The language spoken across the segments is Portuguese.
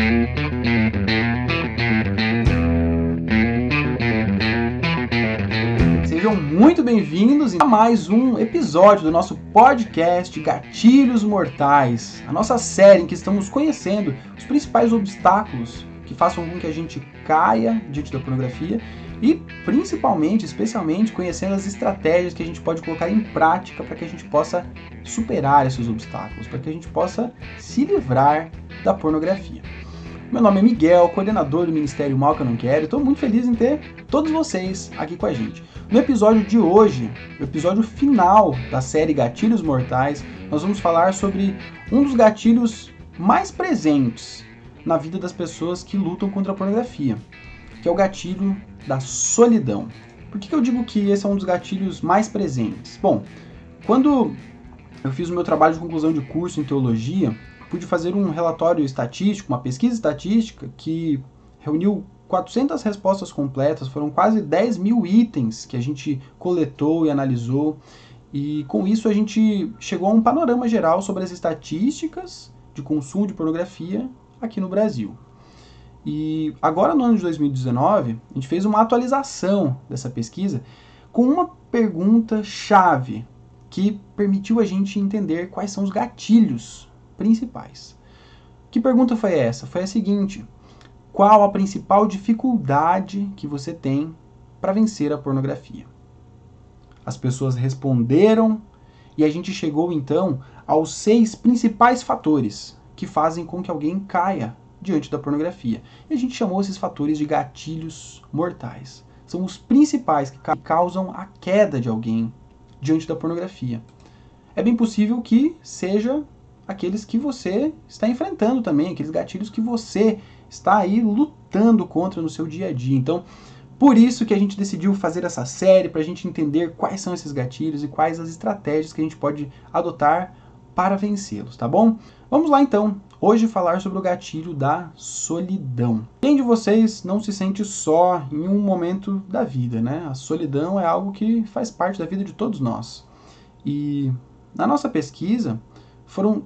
Sejam muito bem-vindos a mais um episódio do nosso podcast Gatilhos Mortais, a nossa série em que estamos conhecendo os principais obstáculos que façam com que a gente caia diante da pornografia e, principalmente, especialmente, conhecendo as estratégias que a gente pode colocar em prática para que a gente possa superar esses obstáculos, para que a gente possa se livrar da pornografia. Meu nome é Miguel, coordenador do Ministério Mal Que Eu Não Quero, e estou muito feliz em ter todos vocês aqui com a gente. No episódio de hoje, o episódio final da série Gatilhos Mortais, nós vamos falar sobre um dos gatilhos mais presentes na vida das pessoas que lutam contra a pornografia, que é o gatilho da solidão. Por que eu digo que esse é um dos gatilhos mais presentes? Bom, quando eu fiz o meu trabalho de conclusão de curso em teologia, pude fazer um relatório estatístico, uma pesquisa estatística que reuniu 400 respostas completas, foram quase 10 mil itens que a gente coletou e analisou, e com isso a gente chegou a um panorama geral sobre as estatísticas de consumo de pornografia aqui no Brasil. E agora, no ano de 2019, a gente fez uma atualização dessa pesquisa com uma pergunta-chave que permitiu a gente entender quais são os gatilhos principais. Que pergunta foi essa? Foi a seguinte: qual a principal dificuldade que você tem para vencer a pornografia? As pessoas responderam e a gente chegou então aos 6 principais fatores que fazem com que alguém caia diante da pornografia. E a gente chamou esses fatores de gatilhos mortais. São os principais que causam a queda de alguém diante da pornografia. É bem possível que seja aqueles que você está enfrentando também, aqueles gatilhos que você está aí lutando contra no seu dia a dia. Então, por isso que a gente decidiu fazer essa série, para a gente entender quais são esses gatilhos e quais as estratégias que a gente pode adotar para vencê-los, tá bom? Vamos lá então, hoje falar sobre o gatilho da solidão. Quem de vocês não se sente só em um momento da vida, né? A solidão é algo que faz parte da vida de todos nós. E na nossa pesquisa, foram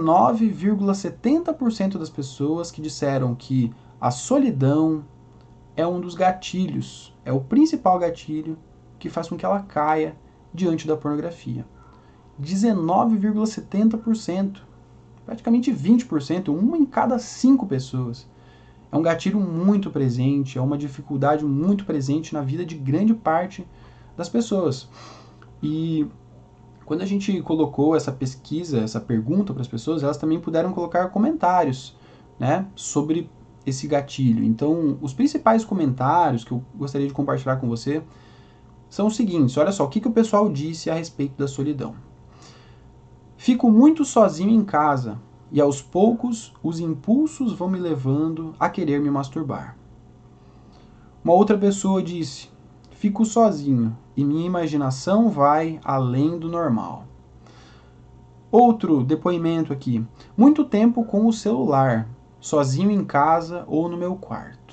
19,70% das pessoas que disseram que a solidão é um dos gatilhos, é o principal gatilho que faz com que ela caia diante da pornografia. 19,70%, praticamente 20%, uma em cada 5 pessoas. É um gatilho muito presente, é uma dificuldade muito presente na vida de grande parte das pessoas. E quando a gente colocou essa pesquisa, essa pergunta para as pessoas, elas também puderam colocar comentários, né, sobre esse gatilho. Então, os principais comentários que eu gostaria de compartilhar com você são os seguintes. Olha só, o que o pessoal disse a respeito da solidão. Fico muito sozinho em casa e aos poucos os impulsos vão me levando a querer me masturbar. Uma outra pessoa disse: fico sozinho e minha imaginação vai além do normal. Outro depoimento aqui. Muito tempo com o celular, sozinho em casa ou no meu quarto.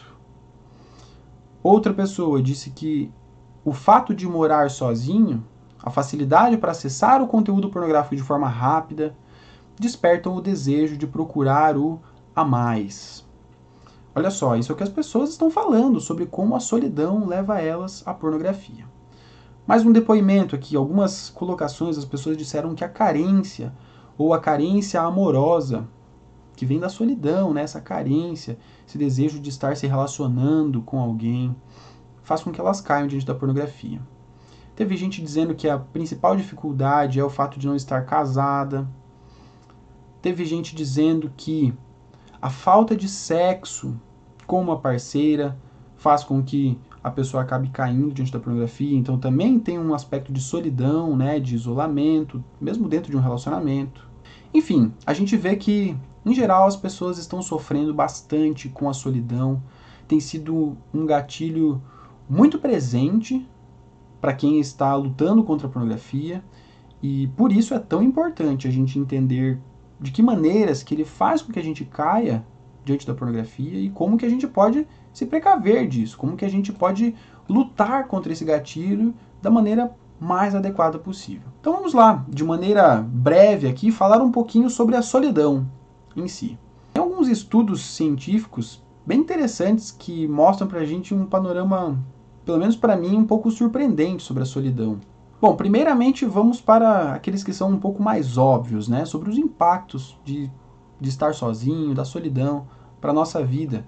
Outra pessoa disse que o fato de morar sozinho, a facilidade para acessar o conteúdo pornográfico de forma rápida, despertam o desejo de procurar o a mais. Olha só, isso é o que as pessoas estão falando sobre como a solidão leva elas à pornografia. Mais um depoimento aqui, algumas colocações, as pessoas disseram que a carência, ou a carência amorosa, que vem da solidão, né, essa carência, esse desejo de estar se relacionando com alguém, faz com que elas caiam diante da pornografia. Teve gente dizendo que a principal dificuldade é o fato de não estar casada. Teve gente dizendo que a falta de sexo com uma parceira faz com que a pessoa acabe caindo diante da pornografia. Então também tem um aspecto de solidão, né, de isolamento, mesmo dentro de um relacionamento. Enfim, a gente vê que, em geral, as pessoas estão sofrendo bastante com a solidão. Tem sido um gatilho muito presente para quem está lutando contra a pornografia, e por isso é tão importante a gente entender de que maneiras que ele faz com que a gente caia diante da pornografia e como que a gente pode se precaver disso, como que a gente pode lutar contra esse gatilho da maneira mais adequada possível. Então vamos lá, de maneira breve aqui, falar um pouquinho sobre a solidão em si. Tem alguns estudos científicos bem interessantes que mostram pra gente um panorama, pelo menos para mim, um pouco surpreendente sobre a solidão. Bom, primeiramente vamos para aqueles que são um pouco mais óbvios, né? Sobre os impactos de estar sozinho, da solidão para a nossa vida.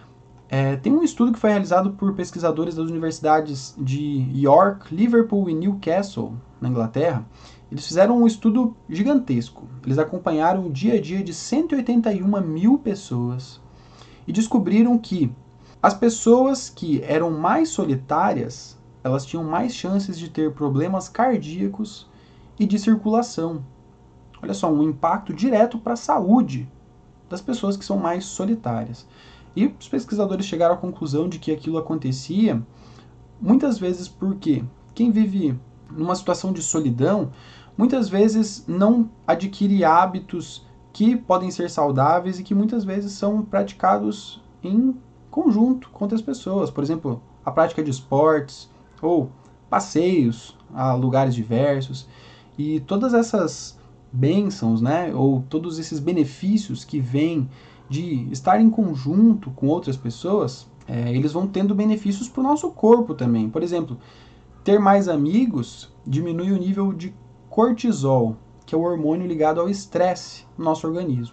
Tem um estudo que foi realizado por pesquisadores das universidades de York, Liverpool e Newcastle, na Inglaterra. Eles fizeram um estudo gigantesco. Eles acompanharam o dia a dia de 181 mil pessoas e descobriram que as pessoas que eram mais solitárias, elas tinham mais chances de ter problemas cardíacos e de circulação. Olha só, um impacto direto para a saúde das pessoas que são mais solitárias. E os pesquisadores chegaram à conclusão de que aquilo acontecia muitas vezes porque quem vive numa situação de solidão, muitas vezes não adquire hábitos que podem ser saudáveis e que muitas vezes são praticados em conjunto com outras pessoas. Por exemplo, a prática de esportes ou passeios a lugares diversos. E todas essas bênçãos, né, ou todos esses benefícios que vêm de estar em conjunto com outras pessoas, eles vão tendo benefícios para o nosso corpo também. Por exemplo, ter mais amigos diminui o nível de cortisol, que é o hormônio ligado ao estresse no nosso organismo.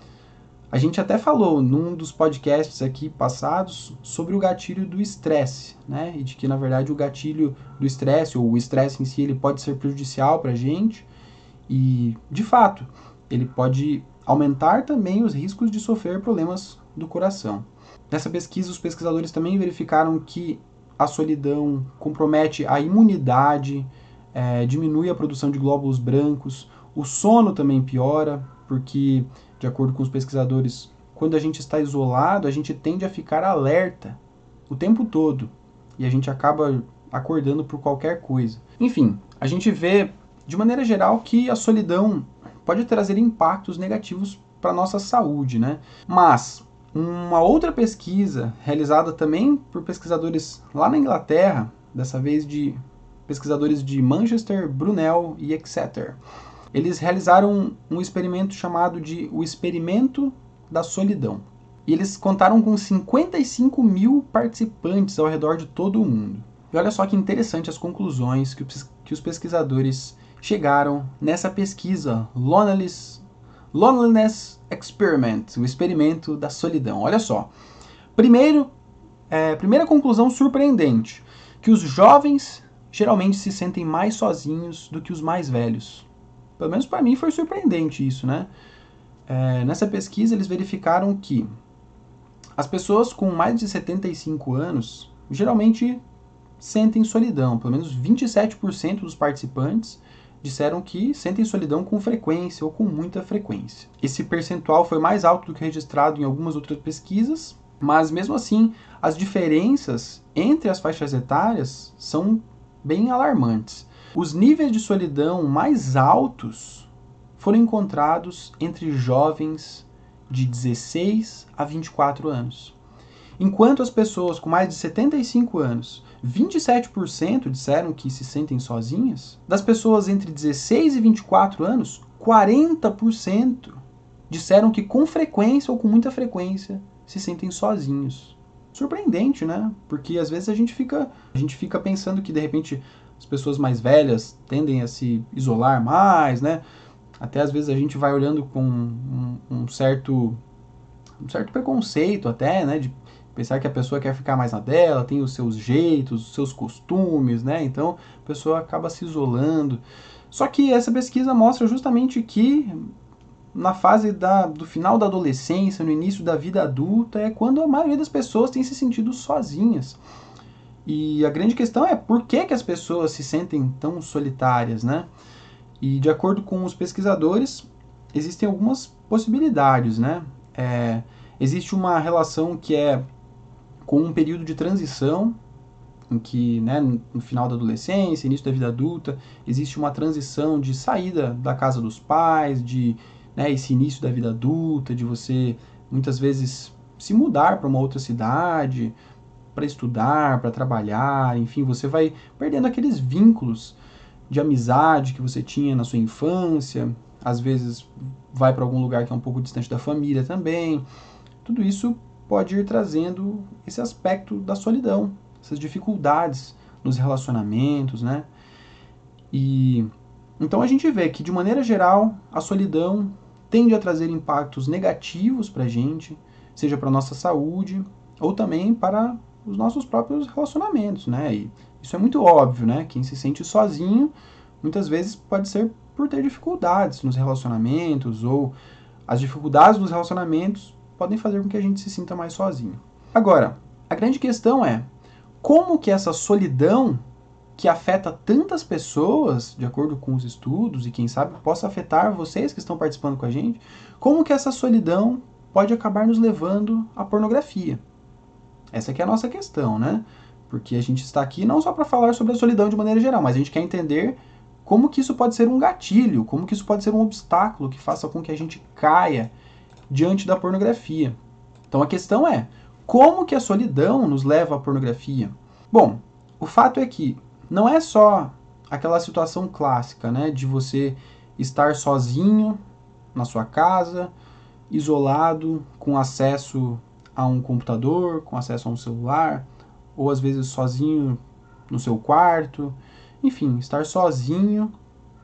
A gente até falou num dos podcasts aqui passados sobre o gatilho do estresse, né? E de que, na verdade, o gatilho do estresse, ou o estresse em si, ele pode ser prejudicial para a gente. E, de fato, ele pode aumentar também os riscos de sofrer problemas do coração. Nessa pesquisa, os pesquisadores também verificaram que a solidão compromete a imunidade, diminui a produção de glóbulos brancos, o sono também piora, porque, de acordo com os pesquisadores, quando a gente está isolado, a gente tende a ficar alerta o tempo todo e a gente acaba acordando por qualquer coisa. Enfim, a gente vê, de maneira geral, que a solidão pode trazer impactos negativos para a nossa saúde, né? Mas uma outra pesquisa, realizada também por pesquisadores lá na Inglaterra, dessa vez de pesquisadores de Manchester, Brunel e Exeter, eles realizaram um experimento chamado de o Experimento da Solidão. E eles contaram com 55 mil participantes ao redor de todo o mundo. E olha só que interessante as conclusões que os pesquisadores chegaram nessa pesquisa, Loneliness Experiment, o experimento da solidão. Olha só. Primeira conclusão surpreendente, que os jovens geralmente se sentem mais sozinhos do que os mais velhos. Pelo menos para mim foi surpreendente isso, né? Nessa pesquisa eles verificaram que as pessoas com mais de 75 anos geralmente sentem solidão. Pelo menos 27% dos participantes disseram que sentem solidão com frequência ou com muita frequência. Esse percentual foi mais alto do que registrado em algumas outras pesquisas, mas mesmo assim as diferenças entre as faixas etárias são bem alarmantes. Os níveis de solidão mais altos foram encontrados entre jovens de 16 a 24 anos. Enquanto as pessoas com mais de 75 anos, 27% disseram que se sentem sozinhas, das pessoas entre 16 e 24 anos, 40% disseram que com frequência ou com muita frequência se sentem sozinhos. Surpreendente, né? Porque às vezes a gente fica pensando que de repente as pessoas mais velhas tendem a se isolar mais, né? Até às vezes a gente vai olhando com um certo preconceito até, né? De pensar que a pessoa quer ficar mais na dela, tem os seus jeitos, os seus costumes, né? Então a pessoa acaba se isolando. Só que essa pesquisa mostra justamente que na fase do final da adolescência, no início da vida adulta, é quando a maioria das pessoas tem se sentido sozinhas. E a grande questão é por que as pessoas se sentem tão solitárias, né? E de acordo com os pesquisadores, existem algumas possibilidades, né? Existe uma relação que é com um período de transição, em que, né, no final da adolescência, início da vida adulta, existe uma transição de saída da casa dos pais, de, né, esse início da vida adulta, de você muitas vezes se mudar para uma outra cidade, para estudar, para trabalhar, enfim, você vai perdendo aqueles vínculos de amizade que você tinha na sua infância, às vezes vai para algum lugar que é um pouco distante da família também. Tudo isso pode ir trazendo esse aspecto da solidão, essas dificuldades nos relacionamentos, né? E então a gente vê que, de maneira geral, a solidão tende a trazer impactos negativos para a gente, seja para a nossa saúde ou também para os nossos próprios relacionamentos, né? E isso é muito óbvio, né? Quem se sente sozinho, muitas vezes pode ser por ter dificuldades nos relacionamentos, ou as dificuldades nos relacionamentos podem fazer com que a gente se sinta mais sozinho. Agora, a grande questão é como que essa solidão que afeta tantas pessoas, de acordo com os estudos, e quem sabe possa afetar vocês que estão participando com a gente, como que essa solidão pode acabar nos levando à pornografia? Essa que é a nossa questão, né? Porque a gente está aqui não só para falar sobre a solidão de maneira geral, mas a gente quer entender como que isso pode ser um gatilho, como que isso pode ser um obstáculo que faça com que a gente caia diante da pornografia. Então a questão é, como que a solidão nos leva à pornografia? Bom, o fato é que não é só aquela situação clássica, né, de você estar sozinho na sua casa, isolado, com acesso a um computador, com acesso a um celular, ou às vezes sozinho no seu quarto, enfim, estar sozinho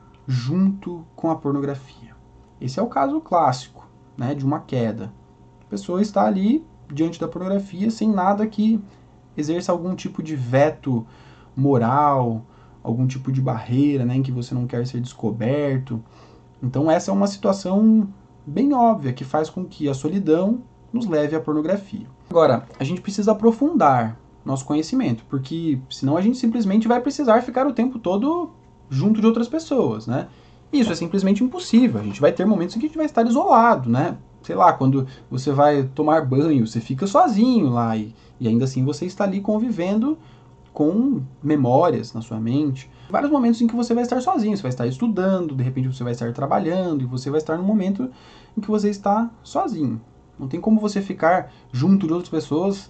junto com a pornografia. Esse é o caso clássico, né, de uma queda. A pessoa está ali diante da pornografia sem nada que exerça algum tipo de veto moral, algum tipo de barreira, né, em que você não quer ser descoberto. Então essa é uma situação bem óbvia que faz com que a solidão nos leve à pornografia. Agora, a gente precisa aprofundar nosso conhecimento, porque senão a gente simplesmente vai precisar ficar o tempo todo junto de outras pessoas, né? Isso é simplesmente impossível. A gente vai ter momentos em que a gente vai estar isolado, né? Sei lá, quando você vai tomar banho, você fica sozinho lá e ainda assim você está ali convivendo com memórias na sua mente. Vários momentos em que você vai estar sozinho, você vai estar estudando, de repente você vai estar trabalhando, e você vai estar num momento em que você está sozinho. Não tem como você ficar junto de outras pessoas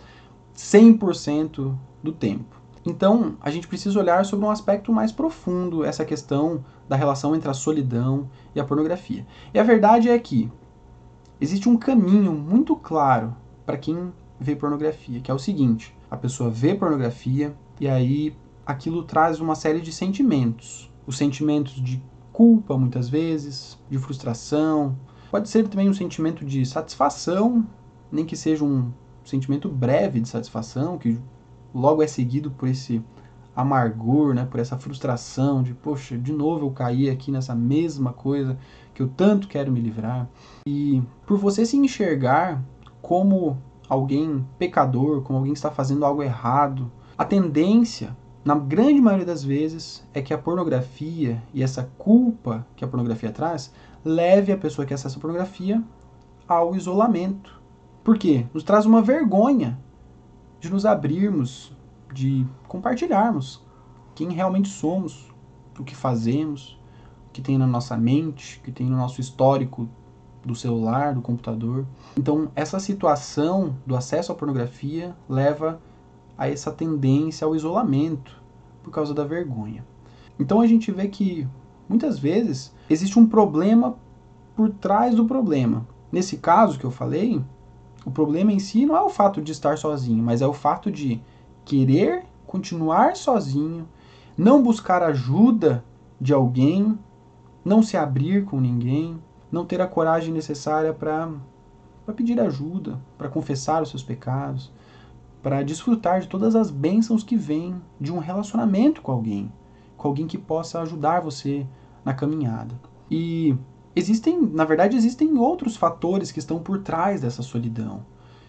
100% do tempo. Então, a gente precisa olhar sobre um aspecto mais profundo, essa questão da relação entre a solidão e a pornografia. E a verdade é que existe um caminho muito claro para quem vê pornografia, que é o seguinte: a pessoa vê pornografia e aí aquilo traz uma série de sentimentos. Os sentimentos de culpa, muitas vezes, de frustração. Pode ser também um sentimento de satisfação, nem que seja um sentimento breve de satisfação, que logo é seguido por esse amargor, né, por essa frustração de, poxa, de novo eu caí aqui nessa mesma coisa que eu tanto quero me livrar. E por você se enxergar como alguém pecador, como alguém que está fazendo algo errado, a tendência, na grande maioria das vezes, é que a pornografia e essa culpa que a pornografia traz leve a pessoa que acessa a pornografia ao isolamento. Por quê? Nos traz uma vergonha de nos abrirmos, de compartilharmos quem realmente somos, o que fazemos, o que tem na nossa mente, o que tem no nosso histórico do celular, do computador. Então, essa situação do acesso à pornografia leva a essa tendência ao isolamento por causa da vergonha. Então, a gente vê que, muitas vezes, existe um problema por trás do problema. Nesse caso que eu falei, o problema em si não é o fato de estar sozinho, mas é o fato de querer continuar sozinho, não buscar ajuda de alguém, não se abrir com ninguém, não ter a coragem necessária para pedir ajuda, para confessar os seus pecados, para desfrutar de todas as bênçãos que vêm de um relacionamento com alguém que possa ajudar você na caminhada. E na verdade existem outros fatores que estão por trás dessa solidão.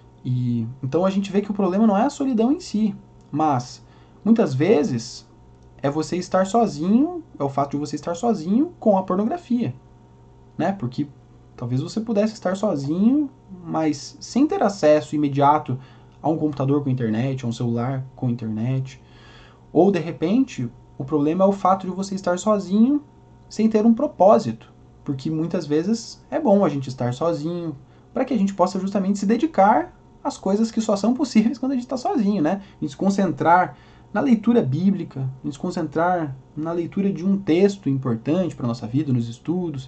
E então a gente vê que o problema não é a solidão em si, mas muitas vezes é você estar sozinho, é o fato de você estar sozinho com a pornografia, né? Porque talvez você pudesse estar sozinho, mas sem ter acesso imediato a um computador com internet, a um celular com internet. Ou, de repente, o problema é o fato de você estar sozinho sem ter um propósito. Porque muitas vezes é bom a gente estar sozinho, para que a gente possa justamente se dedicar às coisas que só são possíveis quando a gente está sozinho, né? A gente se concentrar na leitura bíblica, a gente se concentrar na leitura de um texto importante para a nossa vida, nos estudos,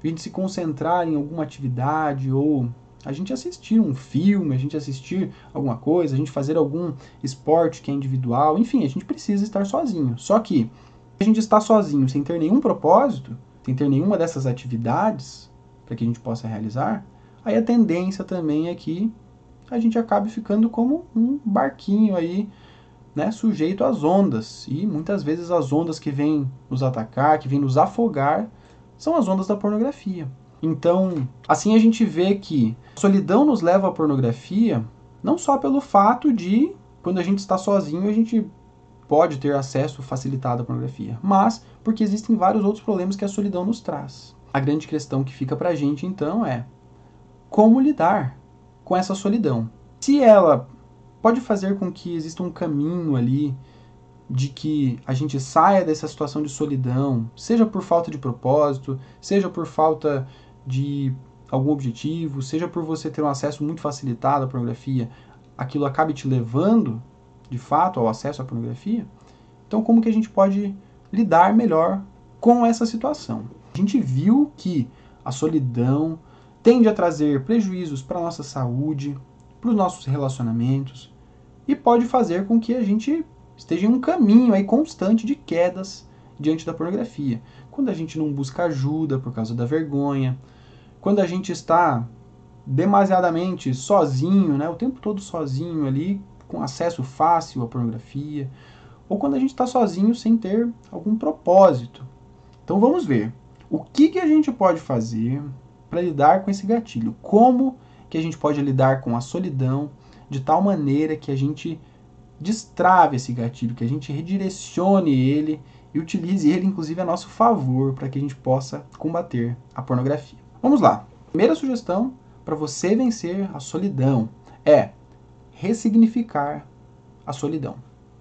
a gente se concentrar em alguma atividade ou a gente assistir um filme, a gente assistir alguma coisa, a gente fazer algum esporte que é individual, enfim, a gente precisa estar sozinho. Só que a gente está sozinho sem ter nenhum propósito, sem ter nenhuma dessas atividades para que a gente possa realizar, aí a tendência também é que a gente acabe ficando como um barquinho aí, né, sujeito às ondas. E muitas vezes as ondas que vêm nos atacar, que vêm nos afogar, são as ondas da pornografia. Então, assim a gente vê que a solidão nos leva à pornografia, não só pelo fato de, quando a gente está sozinho, a gente pode ter acesso facilitado à pornografia, mas porque existem vários outros problemas que a solidão nos traz. A grande questão que fica pra gente, então, é como lidar com essa solidão. Se ela pode fazer com que exista um caminho ali de que a gente saia dessa situação de solidão, seja por falta de propósito, seja por falta de algum objetivo, seja por você ter um acesso muito facilitado à pornografia, aquilo acabe te levando, de fato, ao acesso à pornografia. Então, como que a gente pode lidar melhor com essa situação? A gente viu que a solidão tende a trazer prejuízos para a nossa saúde, para os nossos relacionamentos, e pode fazer com que a gente esteja em um caminho aí constante de quedas diante da pornografia. Quando a gente não busca ajuda por causa da vergonha, quando a gente está demasiadamente sozinho, né, o tempo todo sozinho ali, com acesso fácil à pornografia, ou quando a gente está sozinho sem ter algum propósito. Então vamos ver o que a gente pode fazer para lidar com esse gatilho. Como que a gente pode lidar com a solidão de tal maneira que a gente destrave esse gatilho, que a gente redirecione ele e utilize ele, inclusive, a nosso favor, para que a gente possa combater a pornografia. Vamos lá. Primeira sugestão para você vencer a solidão é ressignificar a solidão.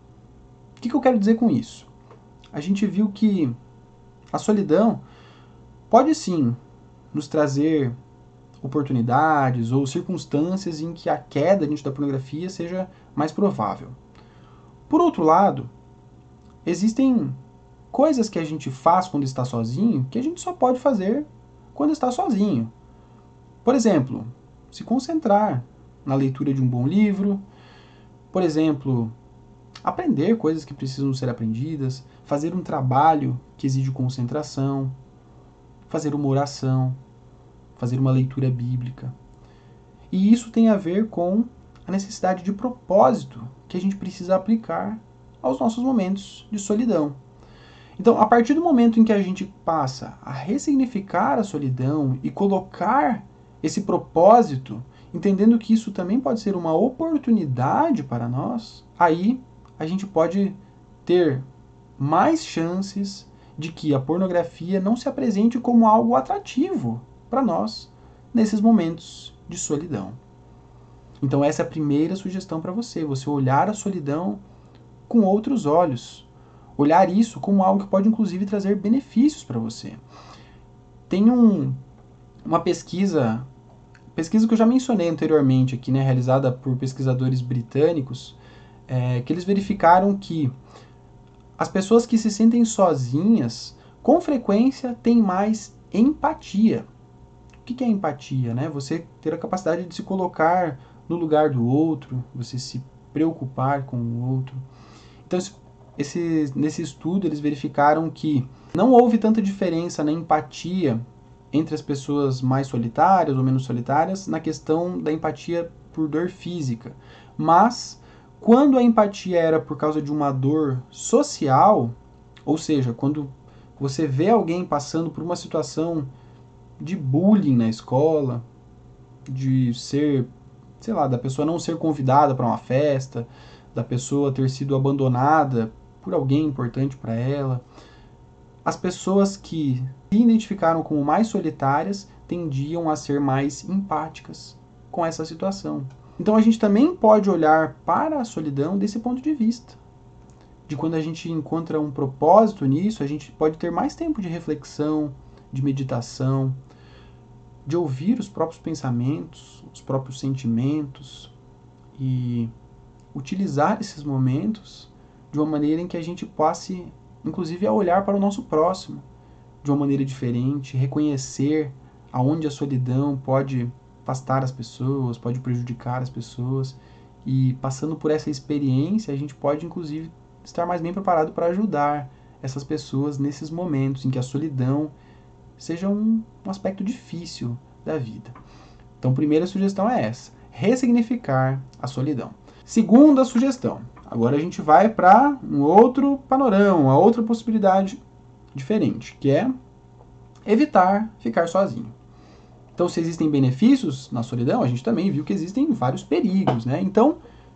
O que eu quero dizer com isso? A gente viu que a solidão pode sim nos trazer oportunidades ou circunstâncias em que a queda diante da pornografia seja mais provável. Por outro lado, existem coisas que a gente faz quando está sozinho que a gente só pode fazer quando está sozinho. Por exemplo, se concentrar na leitura de um bom livro, por exemplo, aprender coisas que precisam ser aprendidas, fazer um trabalho que exige concentração, fazer uma oração, fazer uma leitura bíblica. E isso tem a ver com a necessidade de propósito que a gente precisa aplicar aos nossos momentos de solidão. Então, a partir do momento em que a gente passa a ressignificar a solidão e colocar esse propósito, entendendo que isso também pode ser uma oportunidade para nós, aí a gente pode ter mais chances de que a pornografia não se apresente como algo atrativo para nós nesses momentos de solidão. Então essa é a primeira sugestão para você olhar a solidão com outros olhos, olhar isso como algo que pode inclusive trazer benefícios para você. Tem uma pesquisa que eu já mencionei anteriormente aqui, né, realizada por pesquisadores britânicos, que eles verificaram que as pessoas que se sentem sozinhas, com frequência, têm mais empatia. O que é empatia, né? Você ter a capacidade de se colocar no lugar do outro, você se preocupar com o outro. Então, nesse estudo, eles verificaram que não houve tanta diferença na empatia entre as pessoas mais solitárias ou menos solitárias na questão da empatia por dor física. Mas, quando a empatia era por causa de uma dor social, ou seja, quando você vê alguém passando por uma situação de bullying na escola, de ser, sei lá, da pessoa não ser convidada para uma festa, da pessoa ter sido abandonada por alguém importante para ela, as pessoas que se identificaram como mais solitárias tendiam a ser mais empáticas com essa situação. Então a gente também pode olhar para a solidão desse ponto de vista. De quando a gente encontra um propósito nisso, a gente pode ter mais tempo de reflexão, de meditação, de ouvir os próprios pensamentos, os próprios sentimentos e utilizar esses momentos de uma maneira em que a gente passe, inclusive, a olhar para o nosso próximo, de uma maneira diferente, reconhecer aonde a solidão pode afastar as pessoas, pode prejudicar as pessoas. E passando por essa experiência, a gente pode, inclusive, estar mais bem preparado para ajudar essas pessoas nesses momentos em que a solidão seja um aspecto difícil da vida. Então, primeira sugestão é essa: ressignificar a solidão. Segunda sugestão, agora a gente vai para um outro panorama, uma outra possibilidade diferente, que é evitar ficar sozinho. Então, se existem benefícios na solidão, a gente também viu que existem vários perigos, né? Então,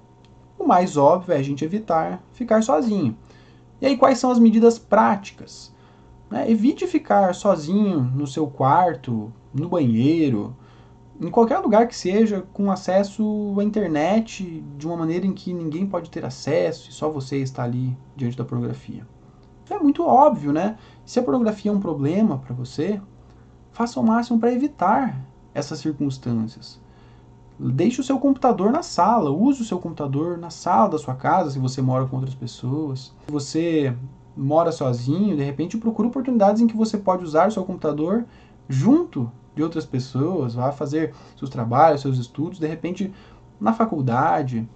o mais óbvio é a gente evitar ficar sozinho. E aí, quais são as medidas práticas? Evite ficar sozinho no seu quarto, no banheiro, em qualquer lugar que seja, com acesso à internet de uma maneira em que ninguém pode ter acesso e só você está ali diante da pornografia. É muito óbvio, né? Se a pornografia é um problema para você, faça o máximo para evitar essas circunstâncias. Deixe o seu computador na sala, use o seu computador na sala da sua casa, se você mora com outras pessoas. Se você mora sozinho, de repente procure oportunidades em que você pode usar o seu computador junto de outras pessoas, vá fazer seus trabalhos, seus estudos, de repente na faculdade.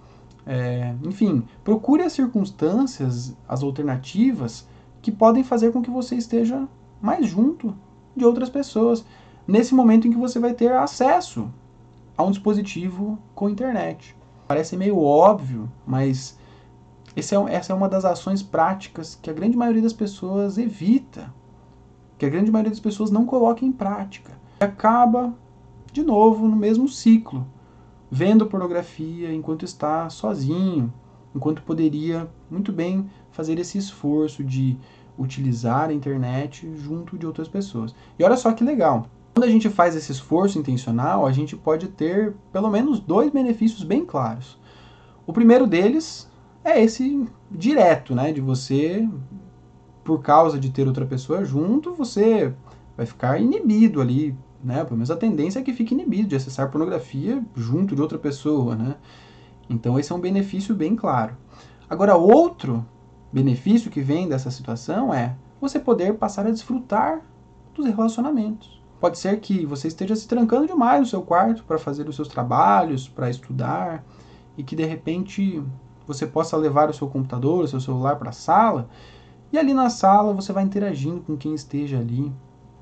Enfim, procure as circunstâncias, as alternativas que podem fazer com que você esteja mais junto de outras pessoas, nesse momento em que você vai ter acesso a um dispositivo com internet. Parece meio óbvio, mas essa é uma das ações práticas que a grande maioria das pessoas evita, que a grande maioria das pessoas não coloca em prática. E acaba, de novo, no mesmo ciclo, vendo pornografia enquanto está sozinho, enquanto poderia muito bem fazer esse esforço de utilizar a internet junto de outras pessoas. E olha só que legal. Quando a gente faz esse esforço intencional, a gente pode ter pelo menos 2 benefícios bem claros. O primeiro deles é esse direto, né, de você, por causa de ter outra pessoa junto, você vai ficar inibido ali, né? Pelo menos a tendência é que fique inibido de acessar pornografia junto de outra pessoa, né? Então esse é um benefício bem claro. Agora, outro benefício que vem dessa situação é você poder passar a desfrutar dos relacionamentos. Pode ser que você esteja se trancando demais no seu quarto para fazer os seus trabalhos, para estudar, e que de repente você possa levar o seu computador, o seu celular para a sala, e ali na sala você vai interagindo com quem esteja ali.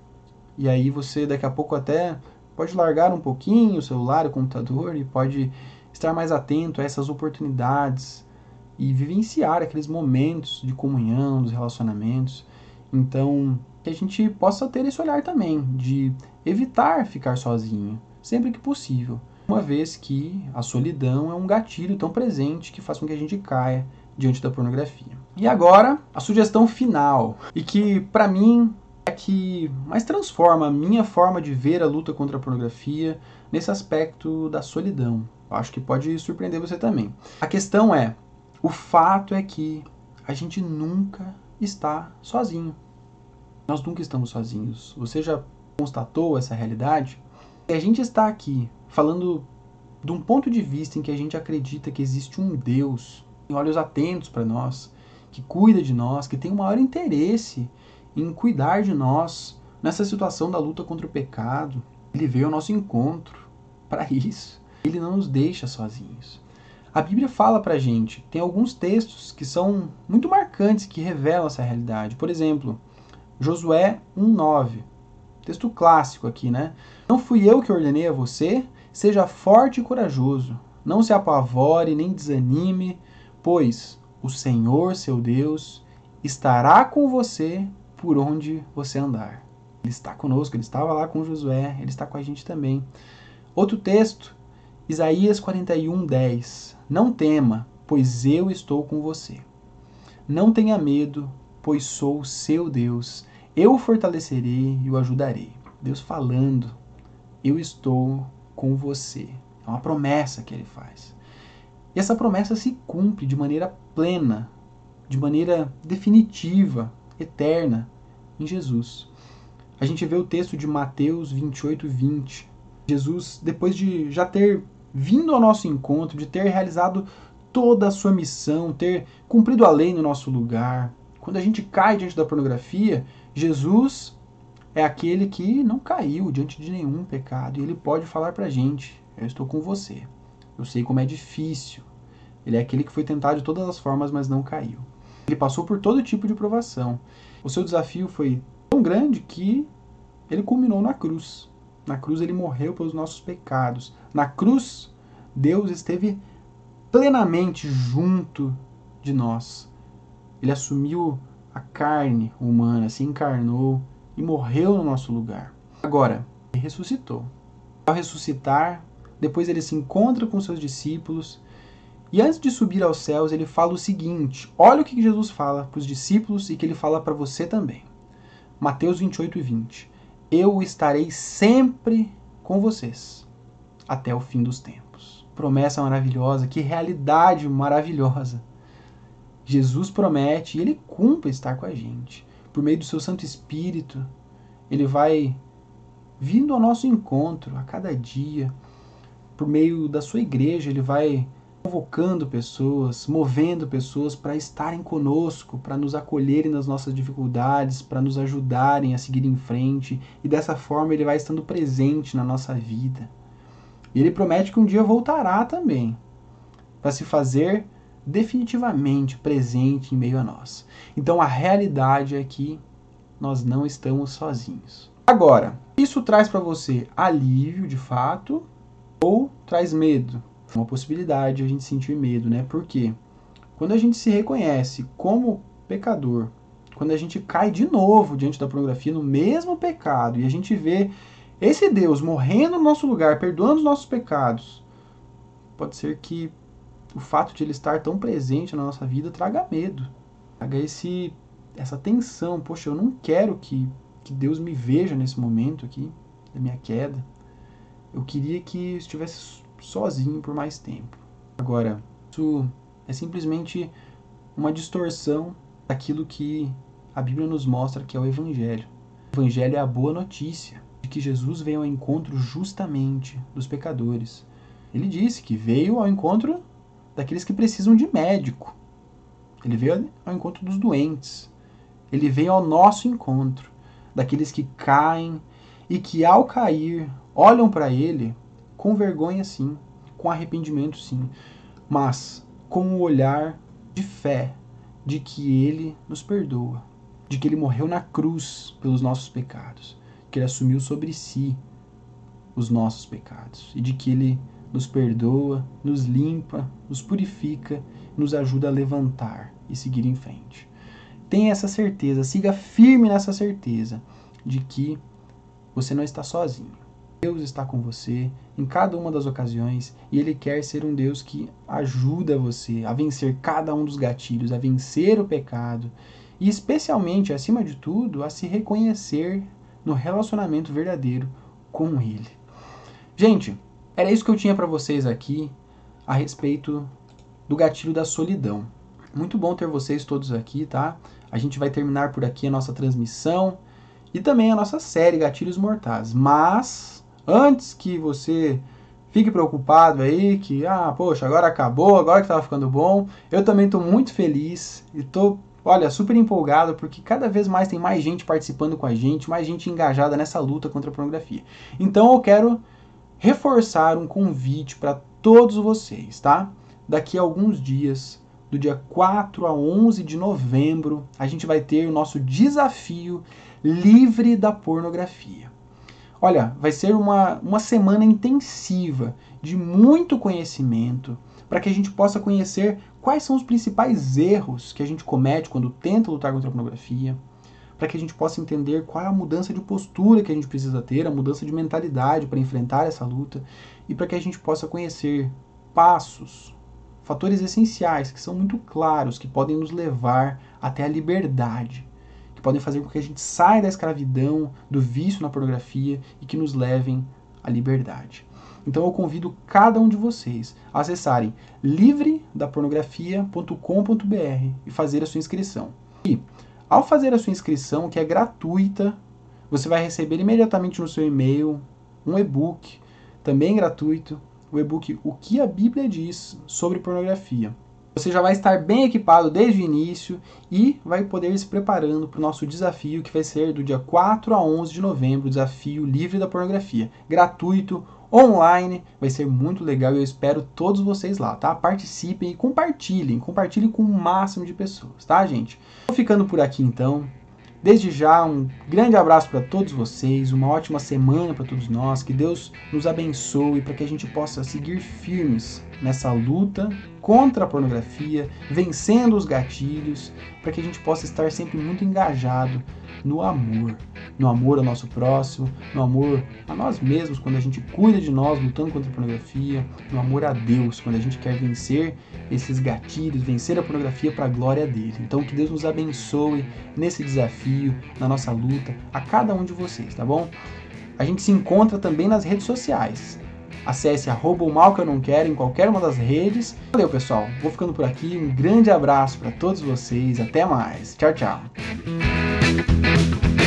E aí você daqui a pouco até pode largar um pouquinho o celular, o computador, e pode estar mais atento a essas oportunidades e vivenciar aqueles momentos de comunhão, dos relacionamentos. Então, que a gente possa ter esse olhar também, de evitar ficar sozinho, sempre que possível, uma vez que a solidão é um gatilho tão presente que faz com que a gente caia diante da pornografia. E agora, a sugestão final, e que para mim é que mais transforma a minha forma de ver a luta contra a pornografia nesse aspecto da solidão. Eu acho que pode surpreender você também. A questão é, o fato é que a gente nunca está sozinho. Nós nunca estamos sozinhos. Você já constatou essa realidade? E a gente está aqui falando de um ponto de vista em que a gente acredita que existe um Deus com olhos atentos para nós, que cuida de nós, que tem o maior interesse em cuidar de nós nessa situação da luta contra o pecado. Ele veio ao nosso encontro para isso. Ele não nos deixa sozinhos. A Bíblia fala pra gente, tem alguns textos que são muito marcantes, que revelam essa realidade. Por exemplo, Josué 1:9, texto clássico aqui, né? Não fui eu que ordenei a você, seja forte e corajoso, não se apavore nem desanime, pois o Senhor, seu Deus, estará com você por onde você andar. Ele está conosco, ele estava lá com Josué, ele está com a gente também. Outro texto, Isaías 41:10. Não tema, pois eu estou com você. Não tenha medo, pois sou o seu Deus. Eu o fortalecerei e o ajudarei. Deus falando, eu estou com você. É uma promessa que ele faz. E essa promessa se cumpre de maneira plena, de maneira definitiva, eterna, em Jesus. A gente vê o texto de Mateus 28:20. Jesus, depois de já ter vindo ao nosso encontro, de ter realizado toda a sua missão, ter cumprido a lei no nosso lugar, quando a gente cai diante da pornografia, Jesus é aquele que não caiu diante de nenhum pecado. E ele pode falar pra gente: eu estou com você. Eu sei como é difícil. Ele é aquele que foi tentado de todas as formas, mas não caiu. Ele passou por todo tipo de provação. O seu desafio foi tão grande que ele culminou na cruz. Na cruz ele morreu pelos nossos pecados. Na cruz, Deus esteve plenamente junto de nós. Ele assumiu a carne humana, se encarnou e morreu no nosso lugar. Agora, ele ressuscitou. Ao ressuscitar, depois ele se encontra com seus discípulos e antes de subir aos céus, ele fala o seguinte: olha o que Jesus fala para os discípulos e que ele fala para você também. Mateus 28:20. Eu estarei sempre com vocês até o fim dos tempos. Promessa maravilhosa, que realidade maravilhosa. Jesus promete e ele cumpre estar com a gente. Por meio do seu Santo Espírito, ele vai vindo ao nosso encontro a cada dia. Por meio da sua igreja, ele vai convocando pessoas, movendo pessoas para estarem conosco, para nos acolherem nas nossas dificuldades, para nos ajudarem a seguir em frente. E dessa forma ele vai estando presente na nossa vida. E ele promete que um dia voltará também, para se fazer definitivamente presente em meio a nós. Então a realidade é que nós não estamos sozinhos. Agora, isso traz para você alívio de fato ou traz medo? Uma possibilidade a gente sentir medo, né? Por quê? Quando a gente se reconhece como pecador, quando a gente cai de novo diante da pornografia no mesmo pecado e a gente vê esse Deus morrendo no nosso lugar, perdoando os nossos pecados, pode ser que o fato de ele estar tão presente na nossa vida traga medo, traga essa tensão. Poxa, eu não quero que Deus me veja nesse momento aqui da minha queda. Eu queria que eu estivesse sozinho por mais tempo. Agora, isso é simplesmente uma distorção daquilo que a Bíblia nos mostra que é o Evangelho. O Evangelho é a boa notícia de que Jesus veio ao encontro justamente dos pecadores. Ele disse que veio ao encontro daqueles que precisam de médico. Ele veio ao encontro dos doentes. Ele veio ao nosso encontro, daqueles que caem e que ao cair olham para ele com vergonha sim, com arrependimento sim, mas com um olhar de fé de que ele nos perdoa, de que ele morreu na cruz pelos nossos pecados, que ele assumiu sobre si os nossos pecados e de que ele nos perdoa, nos limpa, nos purifica, nos ajuda a levantar e seguir em frente. Tenha essa certeza, siga firme nessa certeza de que você não está sozinho. Deus está com você em cada uma das ocasiões e Ele quer ser um Deus que ajuda você a vencer cada um dos gatilhos, a vencer o pecado e especialmente, acima de tudo, a se reconhecer no relacionamento verdadeiro com Ele. Gente, era isso que eu tinha para vocês aqui a respeito do gatilho da solidão. Muito bom ter vocês todos aqui, tá? A gente vai terminar por aqui a nossa transmissão e também a nossa série Gatilhos Mortais. Mas antes que você fique preocupado aí, que, poxa, agora acabou, agora que tava ficando bom, eu também estou muito feliz e estou, olha, super empolgado, porque cada vez mais tem mais gente participando com a gente, mais gente engajada nessa luta contra a pornografia. Então eu quero reforçar um convite para todos vocês, tá? Daqui a alguns dias, do dia 4 a 11 de novembro, a gente vai ter o nosso desafio livre da pornografia. Olha, vai ser uma semana intensiva de muito conhecimento para que a gente possa conhecer quais são os principais erros que a gente comete quando tenta lutar contra a pornografia, para que a gente possa entender qual é a mudança de postura que a gente precisa ter, a mudança de mentalidade para enfrentar essa luta e para que a gente possa conhecer passos, fatores essenciais que são muito claros, que podem nos levar até a liberdade, que podem fazer com que a gente saia da escravidão, do vício na pornografia e que nos levem à liberdade. Então eu convido cada um de vocês a acessarem livredapornografia.com.br e fazer a sua inscrição. E ao fazer a sua inscrição, que é gratuita, você vai receber imediatamente no seu e-mail um e-book, também gratuito, o e-book O que a Bíblia diz sobre pornografia. Você já vai estar bem equipado desde o início e vai poder ir se preparando para o nosso desafio, que vai ser do dia 4 a 11 de novembro, o Desafio Livre da Pornografia. Gratuito, online, vai ser muito legal e eu espero todos vocês lá, tá? Participem e compartilhem com o máximo de pessoas, tá, gente? Vou ficando por aqui então. Desde já, um grande abraço para todos vocês, uma ótima semana para todos nós, que Deus nos abençoe para que a gente possa seguir firmes nessa luta contra a pornografia, vencendo os gatilhos, para que a gente possa estar sempre muito engajado no amor ao nosso próximo, no amor a nós mesmos, quando a gente cuida de nós, lutando contra a pornografia, no amor a Deus, quando a gente quer vencer esses gatilhos, vencer a pornografia para a glória dele. Então que Deus nos abençoe nesse desafio, na nossa luta, a cada um de vocês, tá bom? A gente se encontra também nas redes sociais. Acesse @o mal que eu não quero em qualquer uma das redes. Valeu, pessoal. Vou ficando por aqui. Um grande abraço para todos vocês. Até mais. Tchau, tchau.